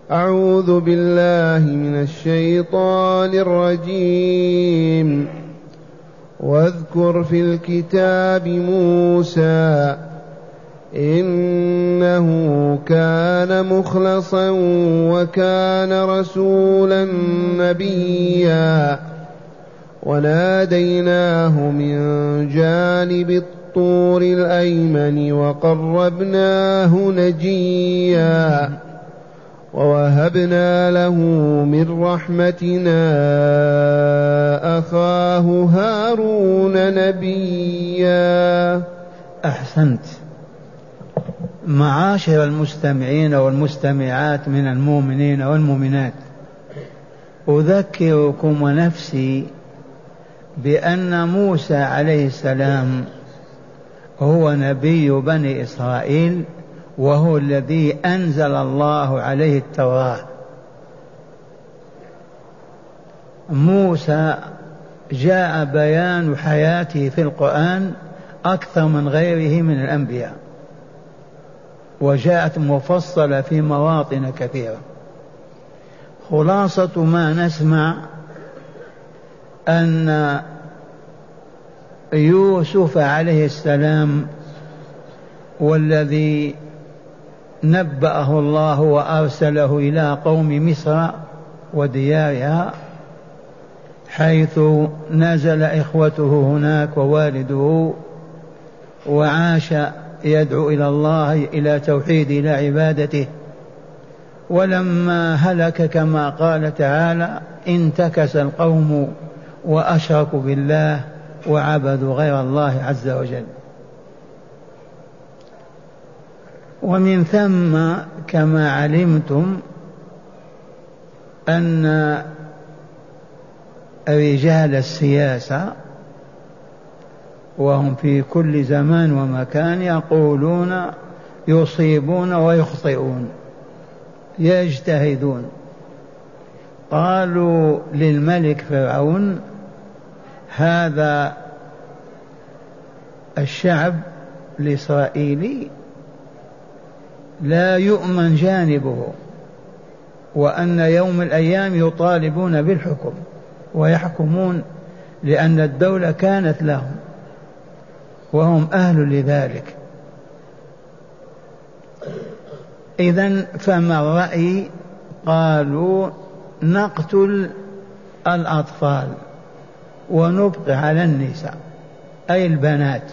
أعوذ بالله من الشيطان الرجيم. واذكر في الكتاب موسى إنه كان مخلصا وكان رسولا نبيا وناديناه من جانب الطور الأيمن وقربناه نجيا ووهبنا له من رحمتنا أخاه هارون نبيا. أحسنت. معاشر المستمعين والمستمعات من المؤمنين والمؤمنات، أذكركم ونفسي بأن موسى عليه السلام هو نبي بني إسرائيل، وهو الذي أنزل الله عليه التوراة. موسى جاء بيان حياته في القرآن أكثر من غيره من الأنبياء، وجاءت مفصلة في مواطن كثيرة. خلاصة ما نسمع أن يوسف عليه السلام والذي نبأه الله وأرسله إلى قوم مصر وديارها، حيث نزل إخوته هناك ووالده، وعاش يدعو إلى الله إلى توحيد إلى عبادته. ولما هلك كما قال تعالى انتكس القوم وأشركوا بالله وعبدوا غير الله عز وجل. ومن ثم كما علمتم أن رجال السياسة وهم في كل زمان ومكان يقولون يصيبون ويخطئون، يجتهدون. قالوا للملك فرعون: هذا الشعب الإسرائيلي لا يؤمن جانبه، وأن يوم الأيام يطالبون بالحكم ويحكمون، لأن الدولة كانت لهم وهم أهل لذلك. إذن فما الرأي؟ قالوا: نقتل الأطفال ونبقي على النساء أي البنات.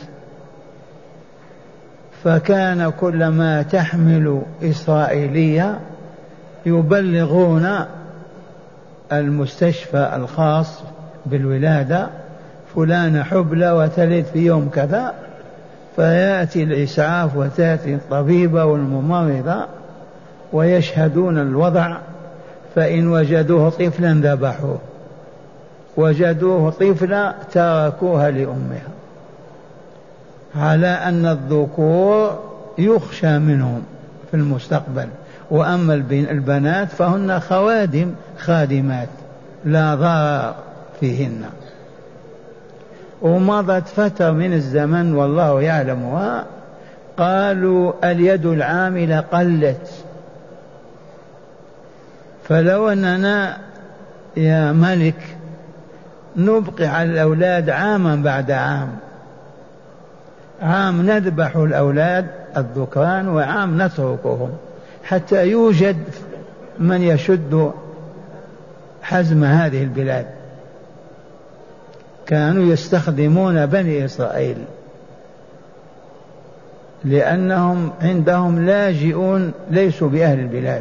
فكان كلما تحمل إسرائيلية يبلغون المستشفى الخاص بالولادة: فلان حبلى وتلد في يوم كذا، فيأتي الإسعاف وتأتي الطبيبة والممرضة ويشهدون الوضع، فإن وجدوه طفلا ذبحوه، وجدوه طفلا تركوها لأمها، على أن الذكور يخشى منهم في المستقبل، وأما البنات فهن خوادم خادمات لا ضرر فيهن. ومضت فترة من الزمن والله يعلمها، قالوا اليد العاملة قلت، فلو أننا يا ملك نبقي على الأولاد عاما بعد عام، عام نذبح الأولاد الذكران وعام نتركهم حتى يوجد من يشد حزم هذه البلاد. كانوا يستخدمون بني إسرائيل لأنهم عندهم لاجئون ليسوا بأهل البلاد.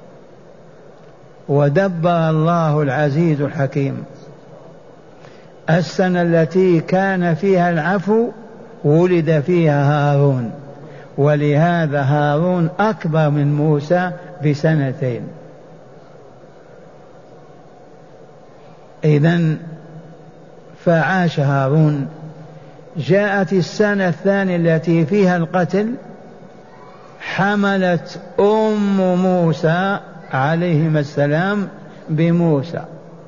ودبر الله العزيز الحكيم السنة التي كان فيها العفو ولد فيها هارون، ولهذا هارون أكبر من موسى ب2 إذن فعاش هارون. جاءت السنة الثانية التي فيها القتل، حملت أم موسى عليهما السلام بموسى،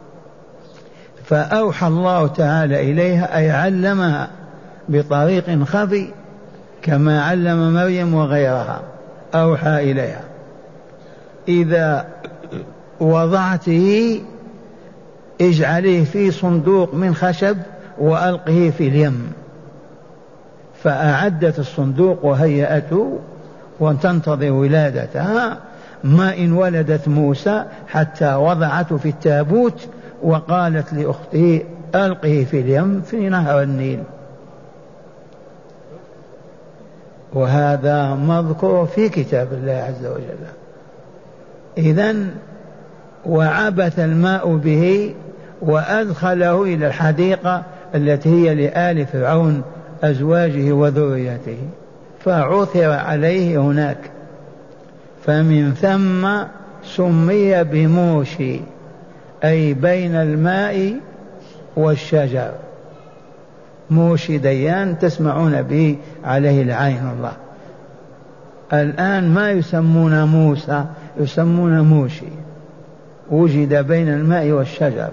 فأوحى الله تعالى إليها أي علمها بطريق خفي كما علم مريم وغيرها، أوحى إليها: إذا وضعته اجعليه في صندوق من خشب وألقه في اليم. فأعدت الصندوق وهيأته وتنتظر ولادتها. ما إن ولدت موسى حتى وضعته في التابوت وقالت لأخته ألقه في اليم في نهر النيل. وهذا مذكور في كتاب الله عز وجل. إذن وعبث الماء به وأدخله إلى الحديقة التي هي لآل فرعون أزواجه وذريته، فعثر عليه هناك، فمن ثم سمي بموشي، أي بين الماء والشجر. موشي ديان تسمعون به عليه العين الله. الآن ما يسمون موسى، يسمون موشي، وجد بين الماء والشجر.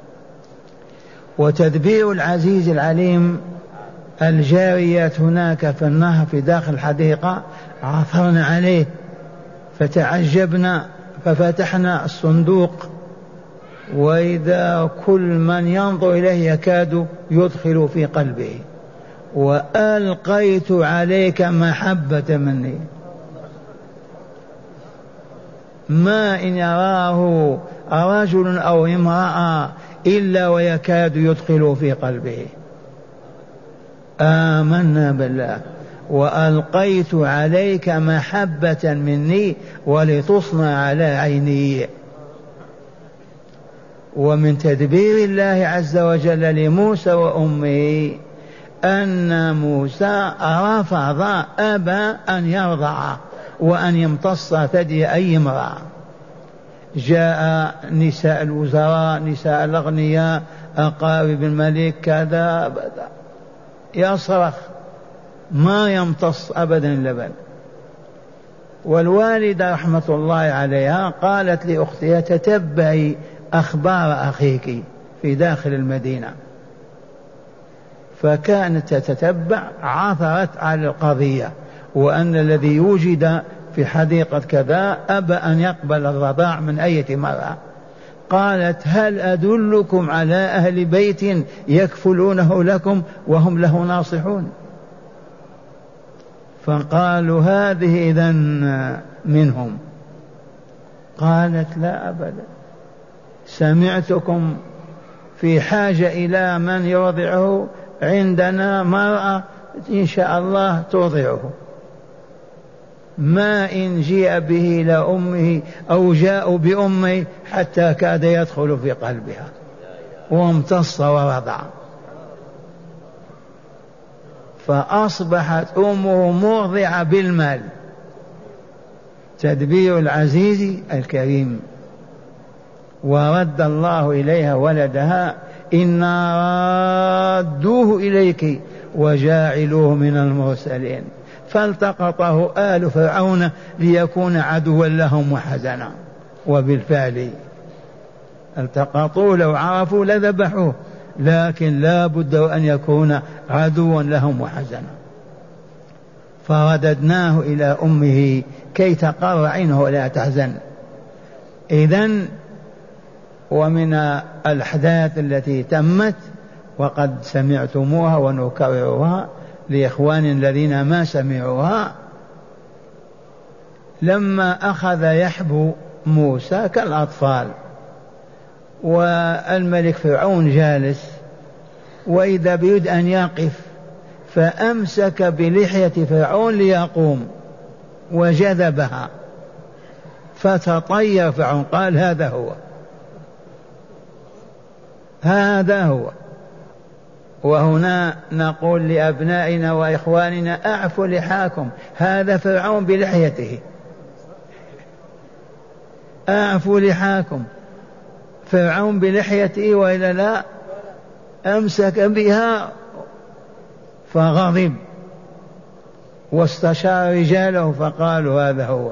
وتدبير العزيز العليم، الجاريات هناك في النهر في داخل الحديقة عثرن عليه فتعجبنا ففتحنا الصندوق، وإذا كل من ينظر إليه يكاد يدخل في قلبه. وألقيت عليك محبة مني. ما إن يراه رجل أو امرأة إلا ويكاد يدخل في قلبه. آمنا بالله. وألقيت عليك محبة مني ولتصنع على عيني. ومن تدبير الله عز وجل لموسى وأمه أن موسى رفض، أبى أن يرضع وأن يمتص ثدي أي امرأة. جاء نساء الوزراء، نساء الأغنياء، أقارب الملك، كذا أبدا يصرخ، ما يمتص أبدا اللبن. والوالدة رحمة الله عليها قالت لأختها تتبعي أخبار أخيك في داخل المدينة. فكانت تتبع، عثرت على القضية وأن الذي يوجد في حديقة كذا أبى أن يقبل الرضاع من أي مرأة. قالت هل أدلكم على أهل بيت يكفلونه لكم وهم له ناصحون؟ فقالوا هذه إذن منهم. قالت لا أبدا، سمعتكم في حاجة إلى من يرضعه، عندنا مرأة إن شاء الله ترضعه. ما إن جيء به إلى أمه أو جاءوا بأمه حتى كاد يدخل في قلبها وامتص ورضع. فأصبحت أمه مرضعة بالمال. تدبير العزيز الكريم. ورد الله إليها ولدها إنا رادوه إليك وجاعلوه من المرسلين. فالتقطه آل فرعون ليكون عدوا لهم وحزنا، وبالفعل التقطوه، لو عرفوا لذبحوه، لكن لا بد أن يكون عدوا لهم وحزنا. فرددناه إلى أمه كي تقر عينه ولا تحزن. إذن ومن الأحداث التي تمت وقد سمعتموها ونكررها لإخوان الذين ما سمعوها، لما أخذ يحبو موسى كالأطفال والملك فرعون جالس، وإذا بيد أن يقف فأمسك بلحية فرعون ليقوم وجذبها فتطير فرعون، قال هذا هو، هذا هو. وهنا نقول لأبنائنا وإخواننا أعفوا لحاكم، هذا فرعون بلحيته، أعفوا لحاكم، فرعون بلحيته وإلا لا؟ أمسك بها فغضب واستشار رجاله فقالوا هذا هو.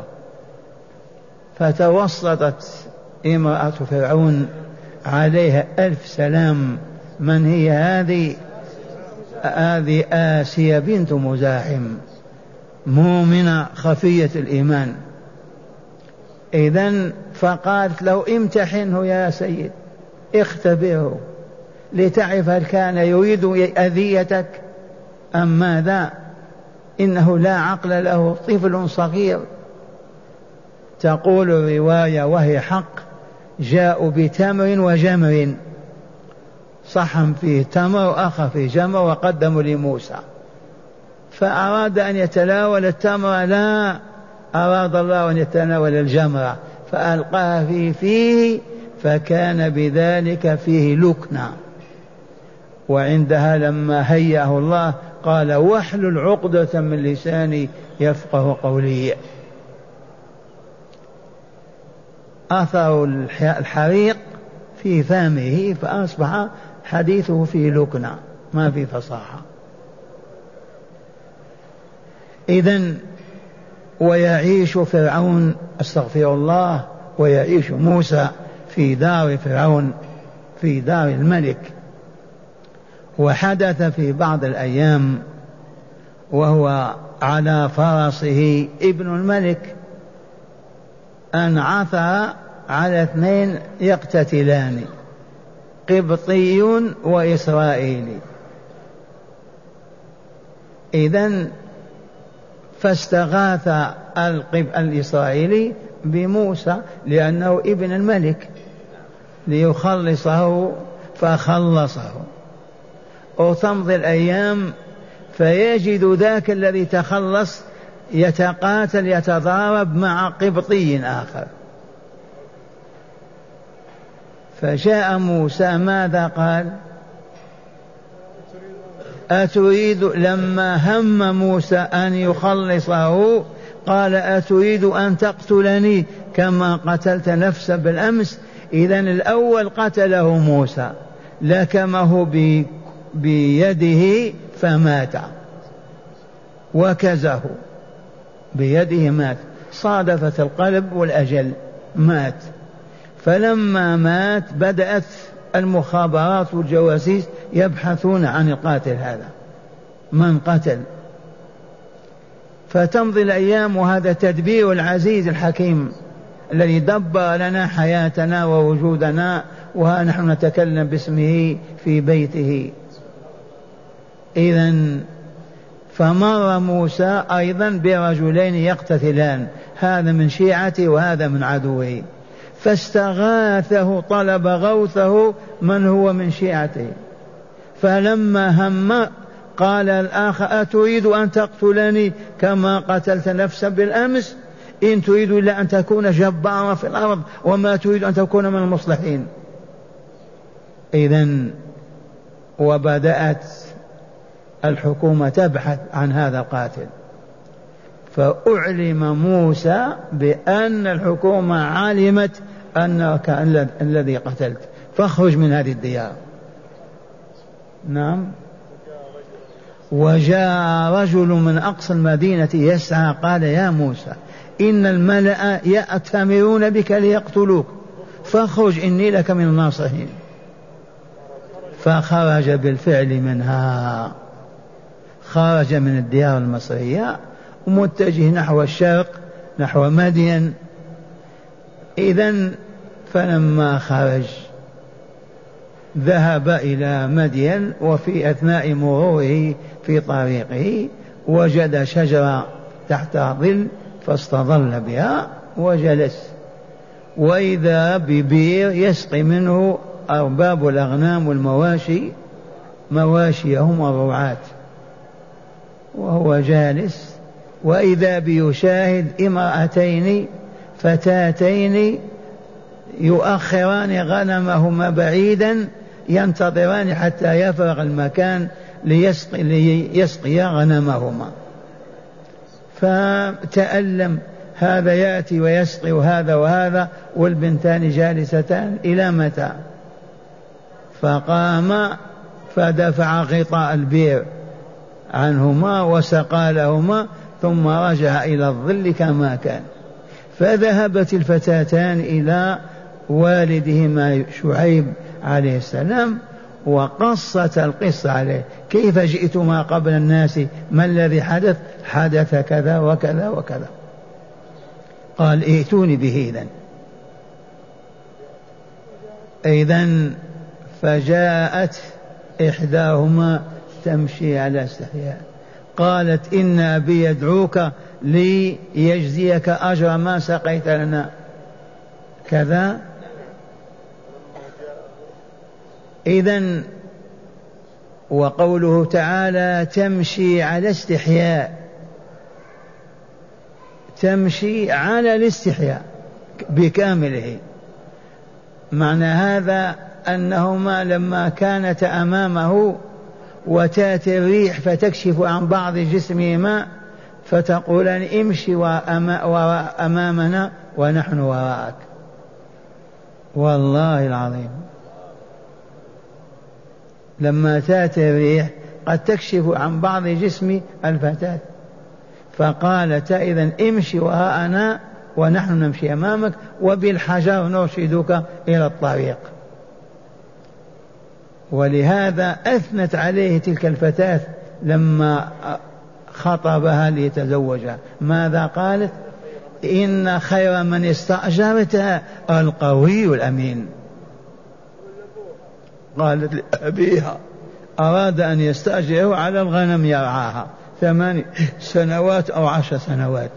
فتوسطت امرأة فرعون عليها ألف سلام. من هي هذه؟ هذه آسيا بنت مزاحم، مؤمنة خفية الإيمان. إذن فقالت له امتحنه يا سيد، اختبره لتعرف هل كان يريد أذيتك أم ماذا. إنه لا عقل له، طفل صغير. تقول الرواية وهي حق: جاءوا بتمر وجمر، صحن فيه تمر وآخر فيه جمر، وقدموا لموسى، فأراد أن يتناول التمر، لا، أراد الله أن يتناول الجمر، فألقاها فيه فكان بذلك فيه لكنة. وعندها لما هيأه الله قال: واحلل عقدة من لساني يفقه قولي. أثر الحريق في فمه فأصبح حديثه في لكنة، ما في فصاحة. إذن ويعيش فرعون، استغفر الله، ويعيش موسى في دار فرعون، في دار الملك. وحدث في بعض الأيام وهو على فرسه ابن الملك أن عثر على اثنين يقتتلان، قبطي وإسرائيلي. إذن فاستغاث الإسرائيلي بموسى لأنه ابن الملك ليخلصه، فخلصه. وتمضي الأيام فيجد ذاك الذي تخلص يتقاتل يتضارب مع قبطي آخر. فجاء موسى ماذا قال؟ أتريد، لما هم موسى أن يخلصه قال: أتريد أن تقتلني كما قتلت نفسا بالأمس؟ إذن الأول قتله موسى، لكمه بيده فمات، وكزه بيده مات، صادفت القلب والأجل، مات. فلما مات بدأت المخابرات والجواسيس يبحثون عن القاتل هذا، من قتل. فتمضي الأيام، وهذا تدبير العزيز الحكيم الذي دبر لنا حياتنا ووجودنا، وها نحن نتكلم باسمه في بيته. إذن فمر موسى أيضا برجلين يقتتلان، هذا من شيعته وهذا من عدوه، فاستغاثه، طلب غوثه من هو من شيعته. فلما هم قال الآخر: أتريد أن تقتلني كما قتلت نفسا بالأمس؟ إن تريد إلا أن تكون جبارا في الأرض وما تريد أن تكون من المصلحين. إذن وبدأت الحكومة تبحث عن هذا القاتل، فأعلم موسى بأن الحكومة علمت أنك الذي قتلت، فاخرج من هذه الديار. نعم. وجاء رجل من أقصى المدينة يسعى، قال: يا موسى، إن الملأ يأتمرون بك ليقتلوك، فاخرج إني لك من الناصحين. فخرج بالفعل منها، خرج من الديار المصرية ومتجه نحو الشرق، نحو مدين. إذن فلما خرج ذهب إلى مدين، وفي أثناء مروره في طريقه وجد شجرة تحت ظل فاستظل بها وجلس، وإذا ببير يسقي منه أرباب الأغنام والمواشي مواشيهم الرعاة، وهو جالس وإذا بيشاهد امرأتين فتاتين يؤخران غنمهما بعيدا، ينتظران حتى يفرغ المكان ليسقي غنمهما. فتألم، هذا يأتي ويسقي وهذا وهذا، والبنتان جالستان، إلى متى؟ فقام فدفع غطاء البير عنهما وسقى لهما، ثم رجع إلى الظل كما كان. فذهبت الفتاتان إلى والدهما شعيب عليه السلام وقصت القصة عليه: كيف جئتما قبل الناس؟ ما الذي حدث؟ حدث كذا وكذا وكذا. قال: ائتوني به إذن. إذن فجاءت إحداهما تمشي على استحياء قالت إن أبي يدعوك ليجزيك أجر ما سقيت لنا كذا. إذن وقوله تعالى تمشي على استحياء، تمشي على الاستحياء بكامله. معنى هذا أنهما لما كانت أمامه وتأتي الريح فتكشف عن بعض جسمهما فتقولان امشي أمامنا ونحن وراءك. والله العظيم لما تأتي الريح قد تكشف عن بعض جسم الفتاة، فقالت إذن امشي وراءنا ونحن نمشي أمامك وبالحجر نرشدك إلى الطريق. ولهذا أثنت عليه تلك الفتاة لما خطبها ليتزوجها. ماذا قالت؟ إن خير من استأجرت القوي الأمين. قالت لأبيها أراد أن يستأجره على الغنم يرعاها 8 سنوات أو 10 سنوات.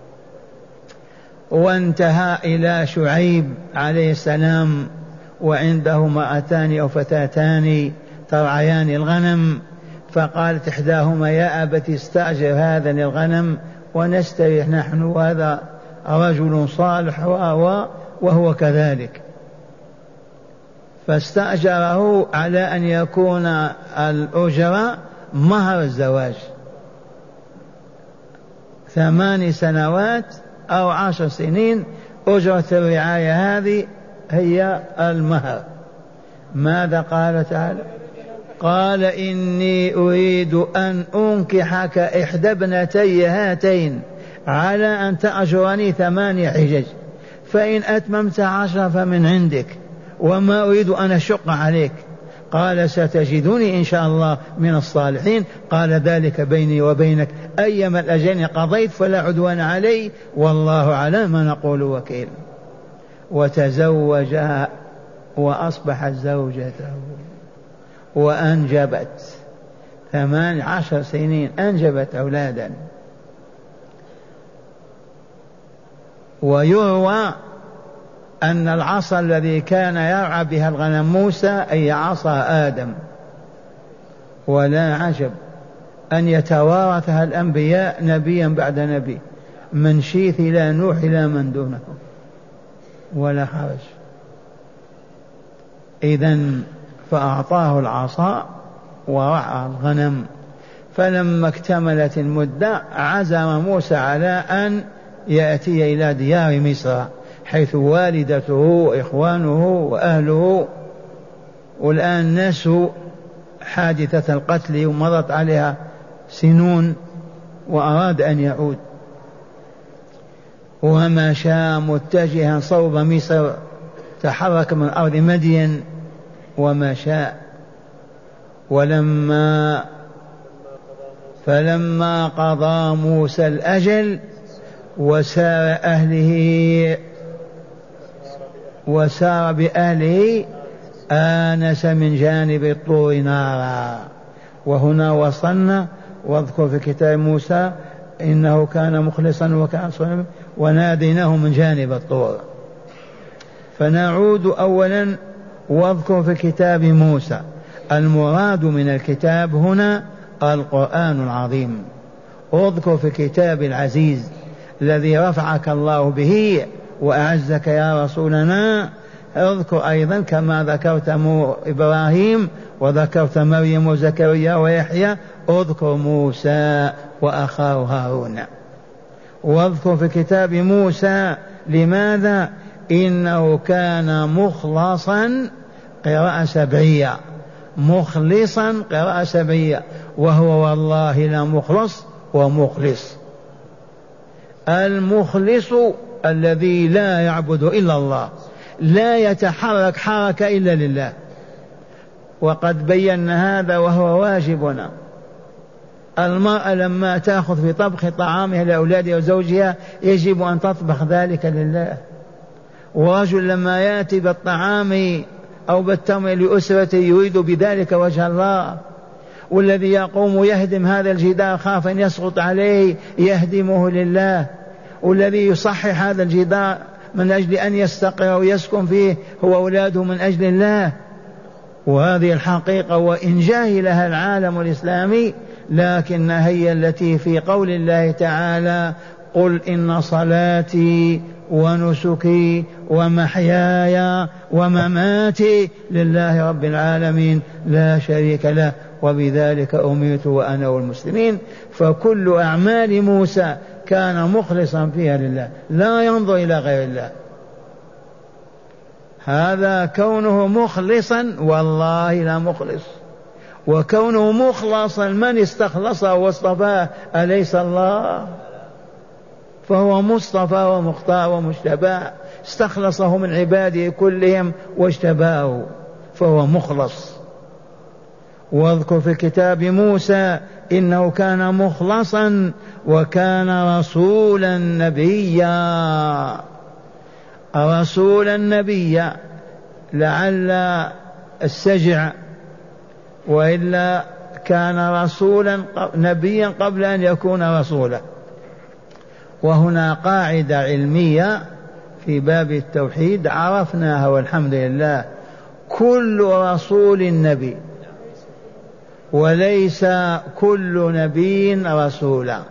وانتهى إلى شعيب عليه السلام وعنده امرأتان أو فتاتان ترعيان الغنم، فقالت إحداهما يا أبت استأجر هذا الغنم ونستريح نحن وهذا رجل صالح وهو كذلك. فاستأجره على أن يكون الأجرة مهر الزواج 8 سنوات أو 10 سنين، أجرة الرعاية هذه هي المهر. ماذا قال تعالى؟ قال إني أريد أن أنكحك إحدى ابنتي هاتين على أن تأجرني 8 حجج، فإن أتممت 10 فمن عندك وما أريد أن أشق عليك. قال ستجدني إن شاء الله من الصالحين. قال ذلك بيني وبينك أيما الأجلين قضيت فلا عدوان علي والله على ما نقول وكيل. وتزوجها وأصبحت زوجته وأنجبت 18 سنين أنجبت أولادا. ويروى أن العصا الذي كان يرعى بها الغنم موسى أي عصا آدم. ولا عجب أن يتوارثها الأنبياء نبيا بعد نبي، من شيث إلى نوح إلى من دونه ولا حرج. إذن فأعطاه العصا ورعى الغنم. فلما اكتملت المدة عزم موسى على أن يأتي إلى ديار مصر حيث والدته وإخوانه وأهله، والآن نسوا حادثة القتل ومضت عليها سنون، وأراد أن يعود. ومشى متجها صوب مصر، تحرك من أرض مدين ومشى. فلما قضى موسى الأجل وسار بأهله آنس من جانب الطور نارا. وهنا وصلنا. واذكر في كتاب موسى إنه كان مخلصا وكان صالحا وناديناه من جانب الطور. فنعود أولا. واذكر في كتاب موسى، المراد من الكتاب هنا القرآن العظيم. اذكر في كتاب العزيز الذي رفعك الله به وأعزك يا رسولنا. اذكر أيضا كما ذكرت إبراهيم وذكرت مريم وزكريا ويحيى، اذكر موسى وأخاه هارون. واذكر في كتاب موسى. لماذا؟ إنه كان مخلصا قراءة سبعية، مخلصا قراءة سبعية، وهو والله لا مخلص ومخلص. المخلص الذي لا يعبد إلا الله، لا يتحرك حركة إلا لله. وقد بينا هذا وهو واجبنا. المرأة لما تأخذ في طبخ طعامها لأولادها وزوجها يجب أن تطبخ ذلك لله. ورجل لما يأتي بالطعام أو بالتمر لأسرته يريد بذلك وجه الله، والذي يقوم يهدم هذا الجدار خاف أن يسقط عليه يهدمه لله، والذي يصحح هذا الجدار من أجل أن يستقر ويسكن فيه هو أولاده من أجل الله. وهذه الحقيقة وإن جاهلها العالم الإسلامي، لكنها هي التي في قول الله تعالى: قل إن صلاتي ونسكي ومحياي ومماتي لله رب العالمين لا شريك له وبذلك أمرت وأنا والمسلمين. فكل أعمال موسى كان مخلصا فيها لله، لا ينظر إلى غير الله. هذا كونه مخلصا، والله لا مخلص. وكونه مخلصا من استخلصه واصطفاه أليس الله؟ فهو مصطفى ومختار ومجتبى، استخلصه من عباده كلهم واجتباه، فهو مخلص. واذكر في كتاب موسى إنه كان مخلصا وكان رسولا نبيا. رسولا نبيا، لعل السجع، وإلا كان رسولا نبيا قبل أن يكون رسولا. وهنا قاعدة علمية في باب التوحيد عرفناها والحمد لله: كل رسول نبي، وليس كل نبي رسولا.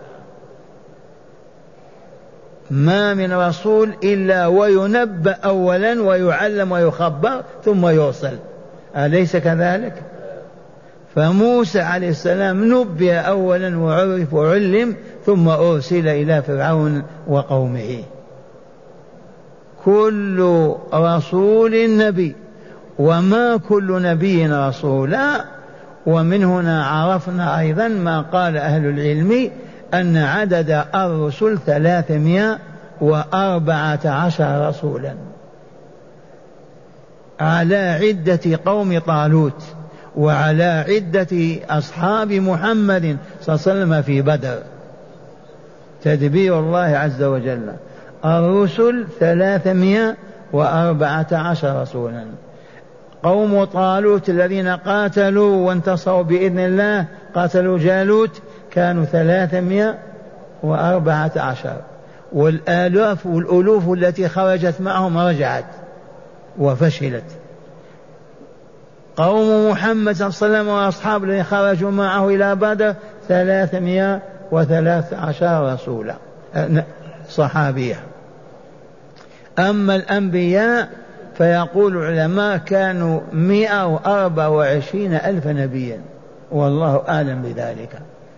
ما من رسول إلا وينبأ أولا ويعلم ويخبر ثم يرسل، أليس كذلك؟ فموسى عليه السلام نبئ أولا وعرف وعلم ثم أرسل إلى فرعون وقومه. كل رسول نبي، وما كل نبي رسولا. ومن هنا عرفنا أيضا ما قال أهل العلم أن عدد الرسل 314 رسولا على عدة قوم طالوت وعلى عدة أصحاب محمد صلى الله عليه وسلم في بدر. تدبير الله عز وجل. الرسل 314 رسولا. قوم طالوت الذين قاتلوا وانتصروا بإذن الله، قاتلوا جالوت، كانوا 314. والآلاف والألوف التي خرجت معهم رجعت وفشلت. قوم محمد صلى الله عليه وسلم وأصحاب الذين خرجوا معه إلى بدر 313 رسولا صحابية. أما الأنبياء فيقول العلماء كانوا 124 ألف نبيا، والله أعلم بذلك.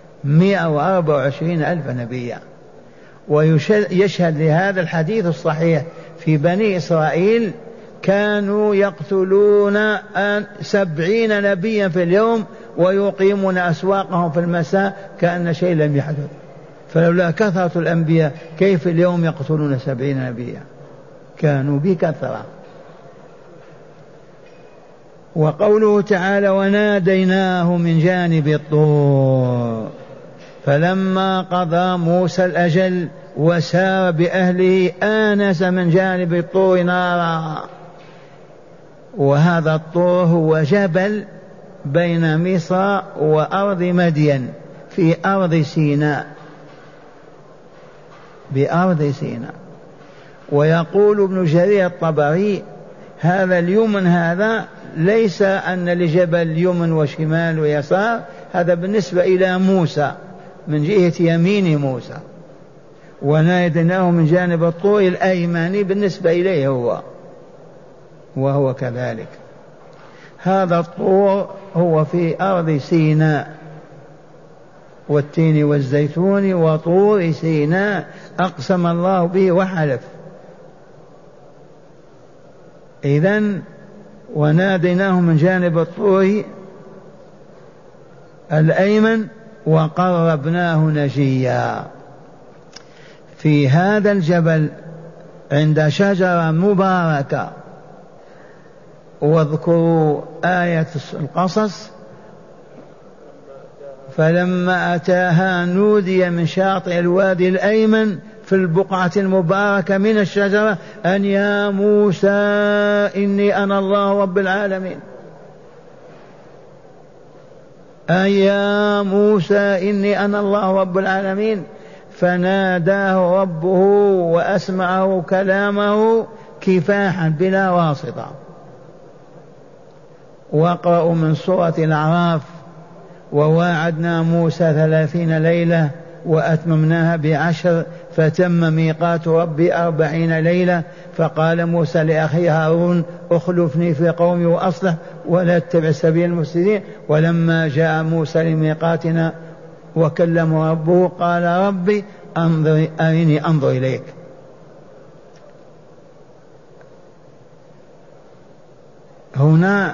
124 ألف نبيا. ويشهد لهذا الحديث الصحيح في بني إسرائيل كانوا يقتلون 70 نبيا في اليوم ويقيمون أسواقهم في المساء كأن شيء لم يحدث. فلولا كثرة الأنبياء كيف اليوم يقتلون 70 نبيا؟ كانوا بكثرة. وقوله تعالى: وناديناه من جانب الطور فلما قضى موسى الأجل وسار بأهله آنس من جانب الطور نارا. وهذا الطور هو جبل بين مصر وأرض مدين في أرض سيناء، بأرض سيناء. ويقول ابن جرير الطبري: هذا اليمن هذا ليس أن لجبل يمن وشمال ويسار، هذا بالنسبة إلى موسى من جهة يمين موسى، وناديناه من جانب الطور الأيمن بالنسبة إليه هو، وهو كذلك. هذا الطور هو في أرض سيناء، والتين والزيتون وطور سيناء أقسم الله به وحلف. إذن وناديناه من جانب الطور الأيمن وقربناه نجيا. في هذا الجبل عند شجرة مباركة. واذكروا آية القصص: فلما أتاها نودي من شاطئ الوادي الأيمن في البقعة المباركة من الشجرة أن يا موسى إني أنا الله رب العالمين، أن يا موسى إني أنا الله رب العالمين. فناداه ربه وأسمعه كلامه كفاحا بلا واسطة. واقرأوا من سورة الأعراف: وواعدنا موسى 30 ليلة وأتممناها ب10 فتم ميقات ربي 40 ليلة. فقال موسى لأخيه هارون: اخلفني في قومي وأصلح ولا تتبع سبيل المفسدين. ولما جاء موسى لميقاتنا وكلمه ربه قال: ربي أرني أنظر إليك. هنا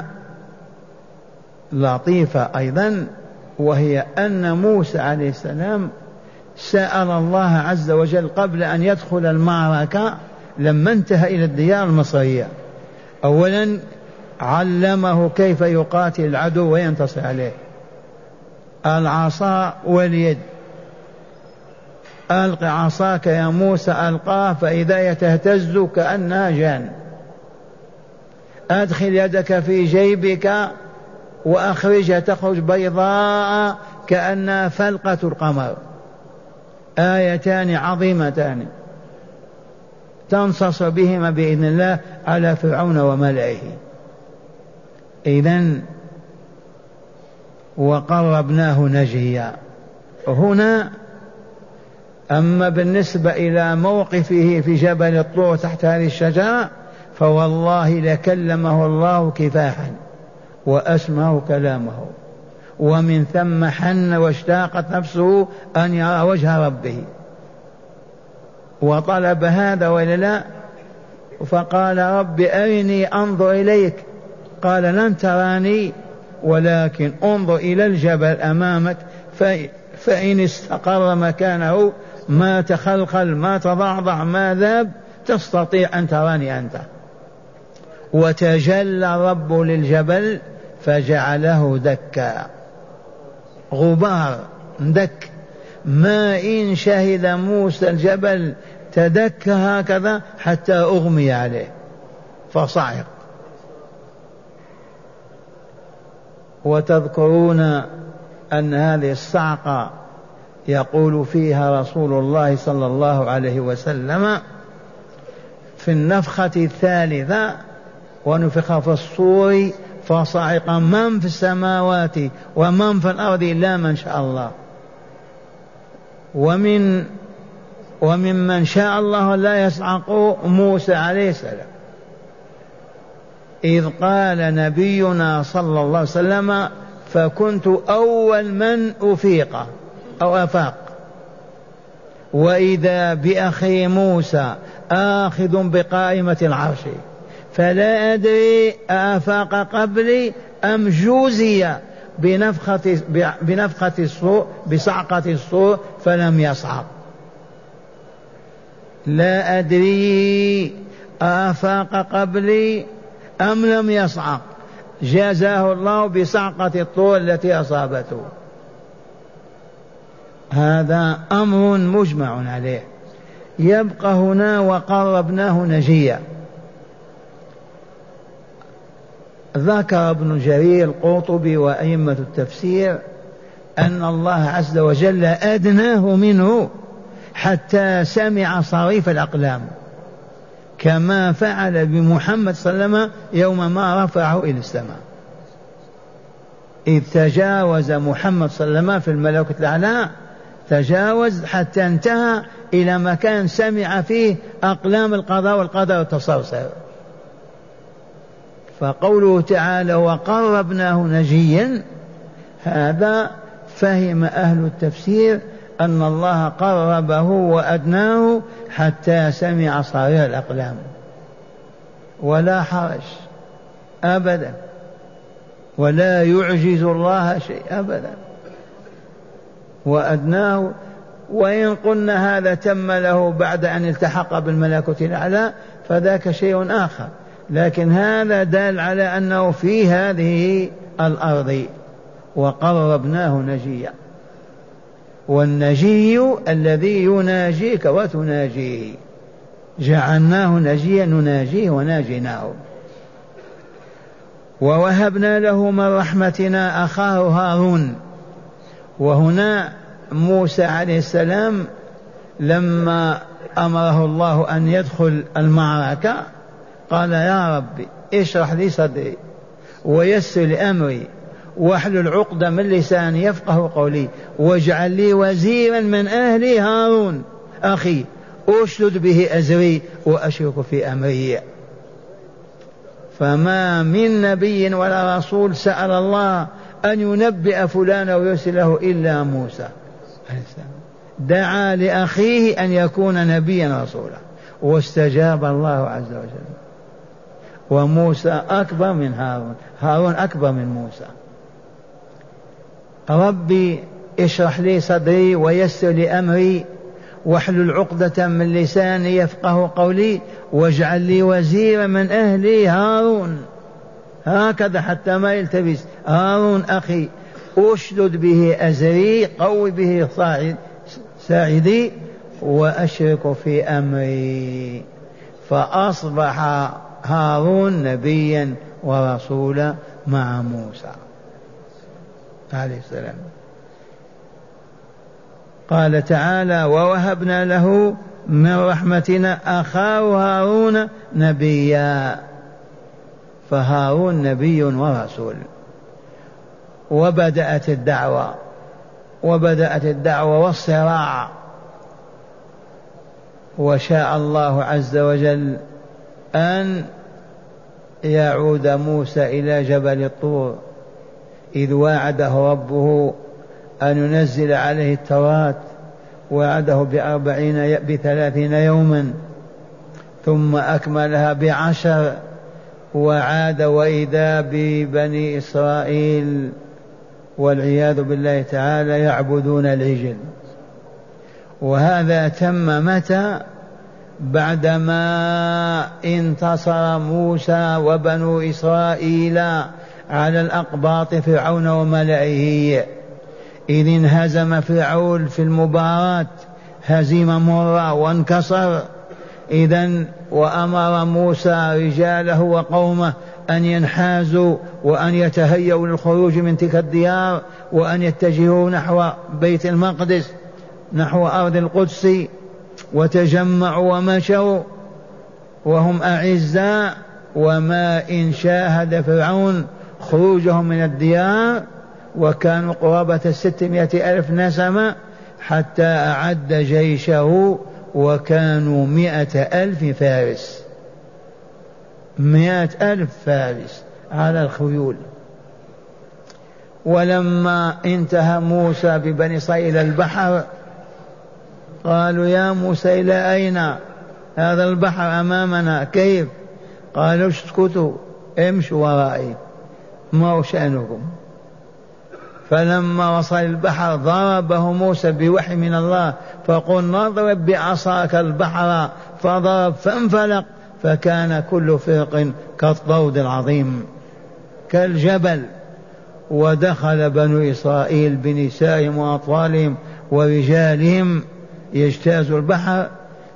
لطيفة أيضا، وهي أن موسى عليه السلام سأل الله عز وجل قبل أن يدخل المعركة لما انتهى إلى الديار المصرية، أولا علمه كيف يقاتل العدو وينتصر عليه، العصا واليد. ألق عصاك يا موسى، ألقاه فإذا هي تهتز كأنها جان. أدخل يدك في جيبك وأخرجها تخرج بيضاء كأنها فلقة القمر. آيتان عظيمتان تنصص بهما بإذن الله على فرعون وملئه. إذن وقربناه نجيا. هنا أما بالنسبة إلى موقفه في جبل الطور تحت هذه الشجرة فوالله لكلمه الله كفاحا وأسمعه كلامه، ومن ثم حن واشتاقت نفسه أن يرى وجه ربه وطلب هذا ولا لا. فقال: رب أرني أنظر إليك. قال: لن تراني ولكن انظر إلى الجبل أمامك فإن استقر مكانه ما تخلخل ما تضعضع ما ذاب تستطيع أن تراني أنت. وتجلى الرب للجبل فجعله دكا، غبار دك. ما إن شهد موسى الجبل تدك هكذا حتى أغمي عليه فصعق. وتذكرون أن هذه الصعقة يقول فيها رسول الله صلى الله عليه وسلم في النفخة الثالثة: ونفخ في الصور فصعق من في السماوات ومن في الأرض إلا من شاء الله. وممن شاء الله لا يصعق موسى عليه السلام، إذ قال نبينا صلى الله عليه وسلم: فكنت أول من أفيق أو أفاق. وإذا بأخي موسى آخذ بقائمة العرش فلا أدري أفاق قبلي أم جوزي بنفخة الصور بصعقة الصور فلم يصعق. لا أدري أفاق قبلي أم لم يصعق، جازاه الله بصعقة الطور التي أصابته. هذا أمر مجمع عليه. يبقى هنا وقربناه نجيا. ذكر ابن جرير القرطبي وأئمة التفسير أن الله عز وجل أدناه منه حتى سمع صريف الأقلام، كما فعل بمحمد صلى الله عليه وسلم يوم ما رفعه إلى السماء، إذ تجاوز محمد صلى الله عليه وسلم في الملكوت الأعلى، تجاوز حتى انتهى إلى مكان سمع فيه أقلام القضاء والقدر تصرصر. فقوله تعالى وقربناه نجيا، هذا فهم أهل التفسير أن الله قربه وأدناه حتى سمع صرير الأقلام، ولا حرج أبدا، ولا يعجز الله شيء أبدا، وأدناه. وإن قلنا هذا تم له بعد أن التحق بالملكوت الأعلى فذاك شيء آخر، لكن هذا دال على أنه في هذه الأرض وقربناه نجيا. والنجي الذي يناجيك وتناجيه، جعلناه نجيا نناجيه وناجيناه. ووهبنا له من رحمتنا أخاه هارون. وهنا موسى عليه السلام لما أمره الله أن يدخل المعركة قال يا ربي اشرح لي صدري ويسر لي أمري واحلل عقدة من لساني يفقه قولي واجعل لي وزيرا من أهلي هارون أخي أشدد به أزري وأشرك في أمري. فما من نبي ولا رسول سأل الله أن ينبئ فلانا ويرسله إلا موسى عليه السلام، دعا لأخيه أن يكون نبيا رسولا واستجاب الله عز وجل. وموسى أكبر من هارون، هارون أكبر من موسى. ربي اشرح لي صدري ويسر لي أمري واحلل عقدة من لساني يفقه قولي واجعل لي وزيرا من أهلي هارون، هكذا حتى ما يلتبس، هارون أخي أشدد به أزري قوي به ساعدي وأشرك في أمري. فأصبح هارون نبيا ورسولا مع موسى عليه السلام. قال تعالى ووهبنا له من رحمتنا أخاه هارون نبيا. فهارون نبي ورسول. وبدأت الدعوة والصراع. وشاء الله عز وجل أن يعود موسى إلى جبل الطور إذ واعده ربه أن ينزل عليه التوراة، وعده ب30 يوما ثم أكملها ب10، وعاد وإذا ببني إسرائيل والعياذ بالله تعالى يعبدون العجل. وهذا تم متى؟ بعدما انتصر موسى وبنو إسرائيل على الأقباط فرعون وملئه، إذ انهزم فرعون في المباراة هزيمة مرة وانكسر. إذن وأمر موسى رجاله وقومه أن ينحازوا وأن يتهيئوا للخروج من تلك الديار وأن يتجهوا نحو بيت المقدس نحو أرض القدس، وتجمعوا ومشوا وهم أعزاء. وما إن شاهد فرعون خروجهم من الديار وكانوا قرابة 600,000 نسمة حتى أعد جيشه وكانوا 100,000 فارس، 100,000 فارس على الخيول. ولما انتهى موسى ببني إسرائيل البحر قالوا يا موسى إلى أين؟ هذا البحر أمامنا كيف؟ قالوا اسكتوا امشوا ورائي ما هو شأنكم. فلما وصل البحر ضربه موسى بوحي من الله فقل نضرب بعصاك البحر فضرب فانفلق فكان كل فرق كالطود العظيم كالجبل. ودخل بنو إسرائيل بنسائهم وأطفالهم ورجالهم يجتازوا البحر،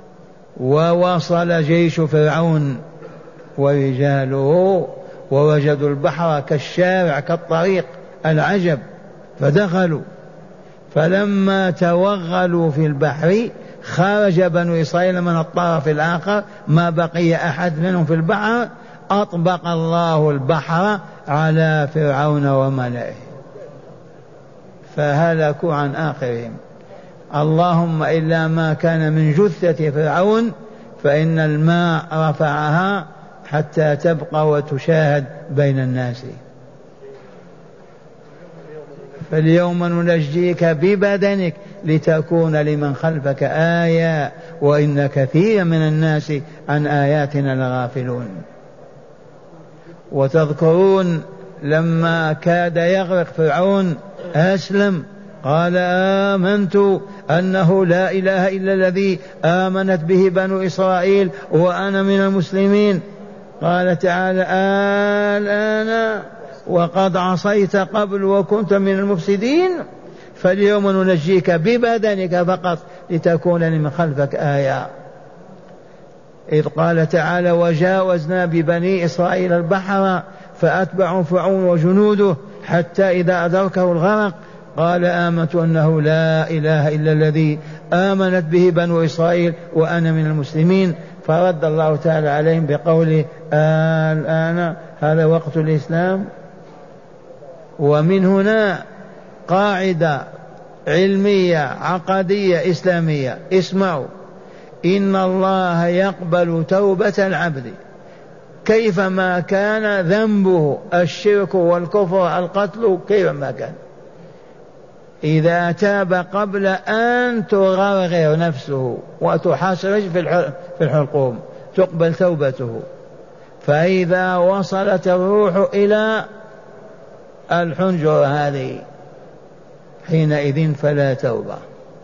ووصل جيش فرعون ورجاله ووجدوا البحر كالشارع كالطريق العجب فدخلوا. فلما توغلوا في البحر خرج بنو إسرائيل من الطرف الآخر ما بقي أحد منهم في البحر، أطبق الله البحر على فرعون وملئه فهلكوا عن آخرهم. اللهم إلا ما كان من جثة فرعون فإن الماء رفعها حتى تبقى وتشاهد بين الناس. فاليوم ننجيك ببدنك لتكون لمن خلفك آية وإن كثير من الناس عن آياتنا لغافلون. وتذكرون لما كاد يغرق فرعون أسلم قال آمنت أنه لا إله إلا الذي آمنت به بنو إسرائيل وأنا من المسلمين. قال تعالى الآن وقد عصيت قبل وكنت من المفسدين فاليوم ننجيك ببدنك فقط لتكون لمن خلفك آية. إذ قال تعالى وجاوزنا ببني إسرائيل البحر فأتبعوا فرعون وجنوده حتى إذا أدركه الغرق قال آمنت أنه لا إله إلا الذي آمنت به بنو إسرائيل وأنا من المسلمين. فرد الله تعالى عليهم بقوله الآن هذا وقت الإسلام. ومن هنا قاعدة علمية عقدية إسلامية، اسمعوا: إن الله يقبل توبة العبد كيفما كان ذنبه، الشرك والكفر القتل كيفما كان، إذا تاب قبل أن تغرغر نفسه وتحصرج في الحلقوم تقبل توبته. فإذا وصلت الروح إلى الحنجر هذه حينئذ فلا توبة.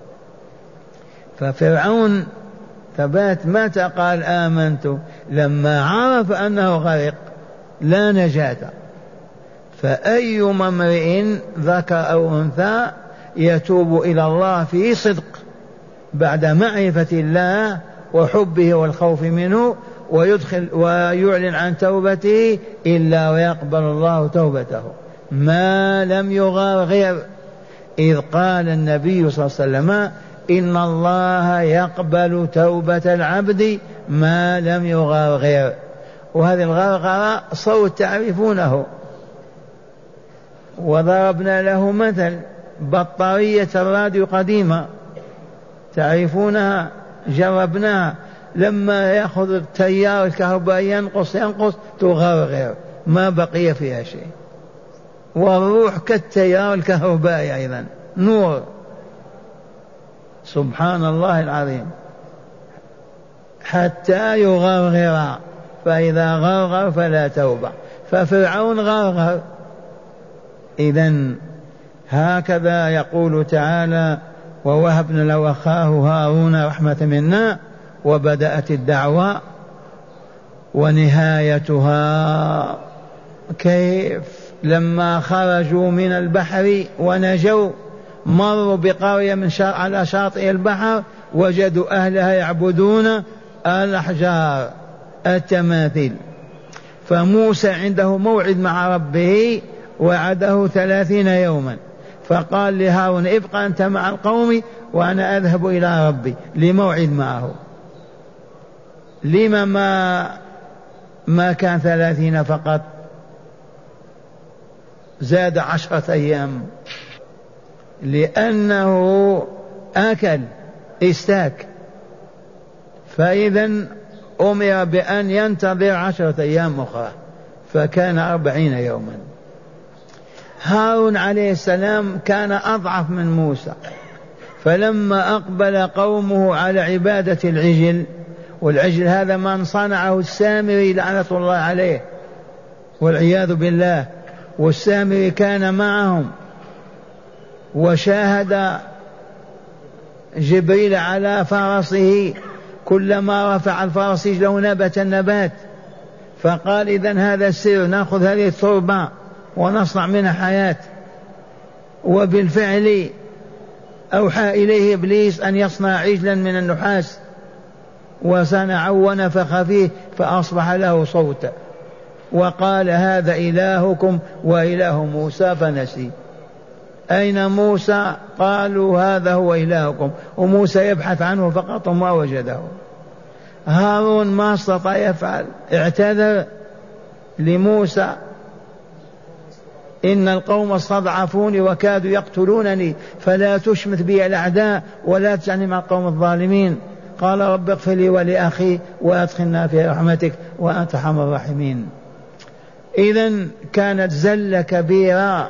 ففرعون ثبات متى قال آمنت؟ لما عرف أنه غرق لا نجاة. فأيما امرئ ذكر أو أنثى يتوب إلى الله في صدق بعد معرفة الله وحبه والخوف منه ويدخل ويعلن عن توبته إلا ويقبل الله توبته ما لم يغرغر. إذ قال النبي صلى الله عليه وسلم إن الله يقبل توبة العبد ما لم يغرغر. وهذه الغرغرة صوت تعرفونه، وضربنا له مثل بطارية الراديو قديمة تعرفونها، جربناها، لما يأخذ التيار الكهربائي ينقص تغرغر ما بقي فيها شيء. والروح كالتيار الكهربائي أيضا نور، سبحان الله العظيم، حتى يغرغر. فإذا غرغر فلا توبة. ففرعون غرغر. إذن هكذا يقول تعالى ووهبنا له أخاه هارون رحمة منا. وبدأت الدعوة ونهايتها كيف؟ لما خرجوا من البحر ونجوا مروا بقرية على شاطئ البحر وجدوا أهلها يعبدون الأحجار التماثيل. فموسى عنده موعد مع ربه وعده 30 يوما، فقال لهارون ابقى أنت مع القوم وأنا أذهب إلى ربي لموعد معه. لما ما كان 30 فقط، زاد 10 أيام، لأنه أكل استاك. فإذا أمر بأن ينتظر 10 أيام أخرى، فكان 40 يوما. هارون عليه السلام كان أضعف من موسى، فلما أقبل قومه على عبادة العجل، والعجل هذا من صنعه السامري لعنة الله عليه والعياذ بالله، والسامري كان معهم وشاهد جبريل على فرسه كلما رفع الفرس رجله نبت النبات، فقال إذن هذا السر، نأخذ هذه التربة ونصنع منها حياة. وبالفعل أوحى إليه إبليس أن يصنع عجلا من النحاس، وصنعه ونفخ فيه فأصبح له صوتا، وقال هذا إلهكم وإله موسى فنسي. أين موسى؟ قالوا هذا هو إلهكم، وموسى يبحث عنه فقط وما وجده. هارون ما استطاع يفعل، اعتذر لموسى إن القوم استضعفوني وكادوا يقتلونني فلا تشمت بي الأعداء ولا تجعلني مع القوم الظالمين. قال رب اغفر لي ولأخي وأدخلنا في رحمتك وأنت أرحم الراحمين. إذن كانت زلة كبيرة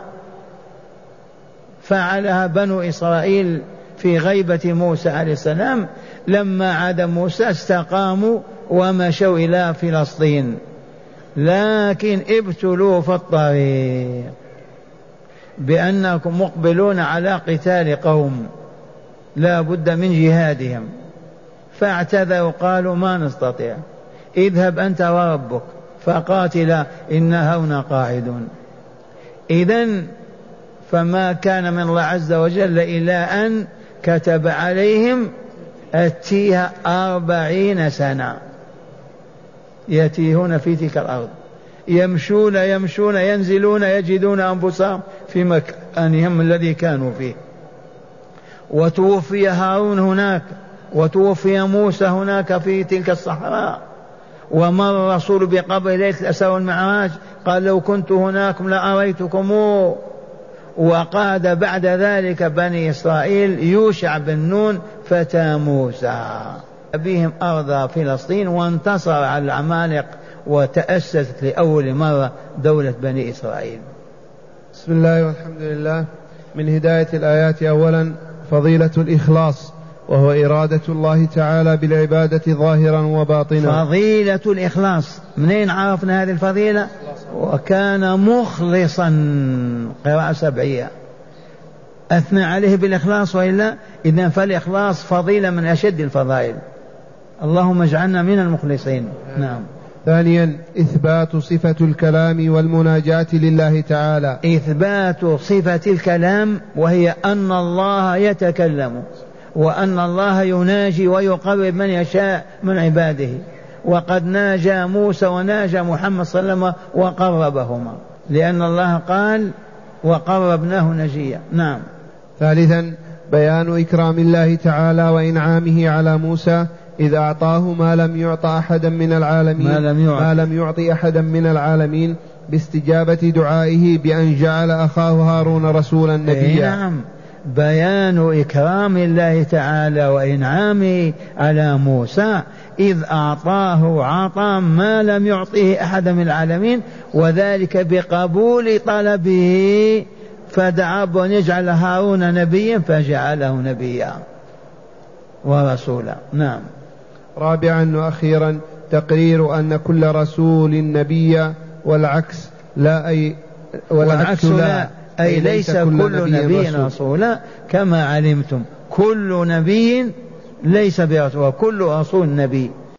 فعلها بنو إسرائيل في غيبة موسى عليه السلام. لما عاد موسى استقاموا ومشوا إلى فلسطين، لكن ابتلوا في الطريق بأنكم مقبلون على قتال قوم لا بد من جهادهم، فاعتذروا قالوا ما نستطيع، اذهب أنت وربك فقاتلا إنا هنا قاعدون. إذن فما كان من الله عز وجل إلا أن كتب عليهم التيه 40 سنة يتيهون في تلك الأرض، يمشون ينزلون يجدون أنفسهم في مكانهم الذي كانوا فيه. وتوفي هارون هناك، وتوفي موسى هناك في تلك الصحراء، ومر الرسول بقبر ليلة الأسرى والمعراج قال لو كنت هناكم لأريتكم. وقاد بعد ذلك بني إسرائيل يوشع بن نون فتى موسى بهم أرض فلسطين وانتصر على العمالقة وتأسست لأول مرة دولة بني إسرائيل. بسم الله والحمد لله. من هداية الآيات أولا فضيلة الإخلاص، وهو إرادة الله تعالى بالعبادة ظاهرا وباطنا. فضيلة الإخلاص منين عرفنا هذه الفضيلة؟ وكان مخلصا، قراءة سبعية أثنى عليه بالإخلاص، وإلا إذن فالإخلاص فضيلة من أشد الفضائل. اللهم اجعلنا من المخلصين. نعم. ثانيا إثبات صفة الكلام والمناجاة لله تعالى. إثبات صفة الكلام، وهي أن الله يتكلم، وأن الله يناجي ويقرب من يشاء من عباده، وقد ناجى موسى وناجى محمد صلى الله عليه وسلم وقربهما، لأن الله قال وقربناه نجيا. نعم. ثالثا بيان إكرام الله تعالى وإنعامه على موسى إذ أعطاه ما لم يعط أحدا من العالمين، ما لم يعطي أحدا من العالمين، باستجابة دعائه بأن جعل أخاه هارون رسولا نبيا. نعم. بيان إكرام الله تعالى وإنعامه على موسى إذ أعطاه عطاء ما لم يعطيه أحد من العالمين، وذلك بقبول طلبه، فدعا بأن يجعل هارون نبيا فجعله نبيا ورسولا. نعم. رابعا وأخيرا تقرير أن كل رسول نبي، والعكس لا، أي ليس كل نبي رسولا، كما علمتم كل نبي ليس برسول وكل رسول نبي.